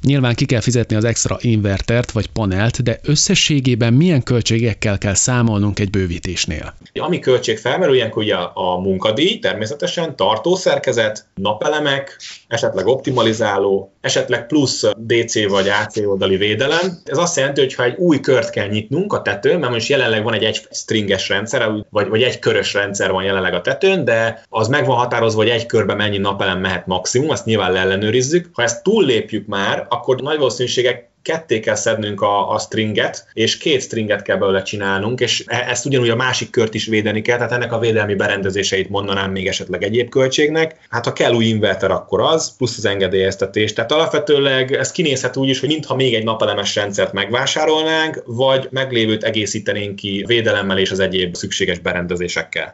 Nyilván ki kell fizetni az extra invertert vagy panelt, de összességében milyen költségekkel kell számolnunk egy bővítésnél? Ami költség felmerül, ilyenkor ugye a munkadíj, természetesen tartószerkezet, napelemek, esetleg optimalizáló, esetleg plusz DC vagy AC oldali védelem. Ez azt jelenti, hogy ha egy új kört kell nyitnunk a tetőn, mert most jelenleg van egy stringes rendszer, vagy egy körös rendszer van jelenleg a tetőn, de az meg van határozva, hogy egy körbe mennyi napelem mehet maximum, azt nyilván leellenőrizzük. Ha ezt túllépjük már, akkor nagy valószínűségek ketté kell szednünk a stringet, és 2 stringet kell belőle csinálnunk, és ezt ugyanúgy a másik kört is védeni kell, tehát ennek a védelmi berendezéseit mondanám még esetleg egyéb költségnek. Hát ha kell új inverter, akkor az, plusz az engedélyeztetés. Tehát alapvetőleg ez kinézhet úgy is, hogy mintha még egy napelemes rendszert megvásárolnánk, vagy meglévőt egészítenénk ki védelemmel és az egyéb szükséges berendezésekkel.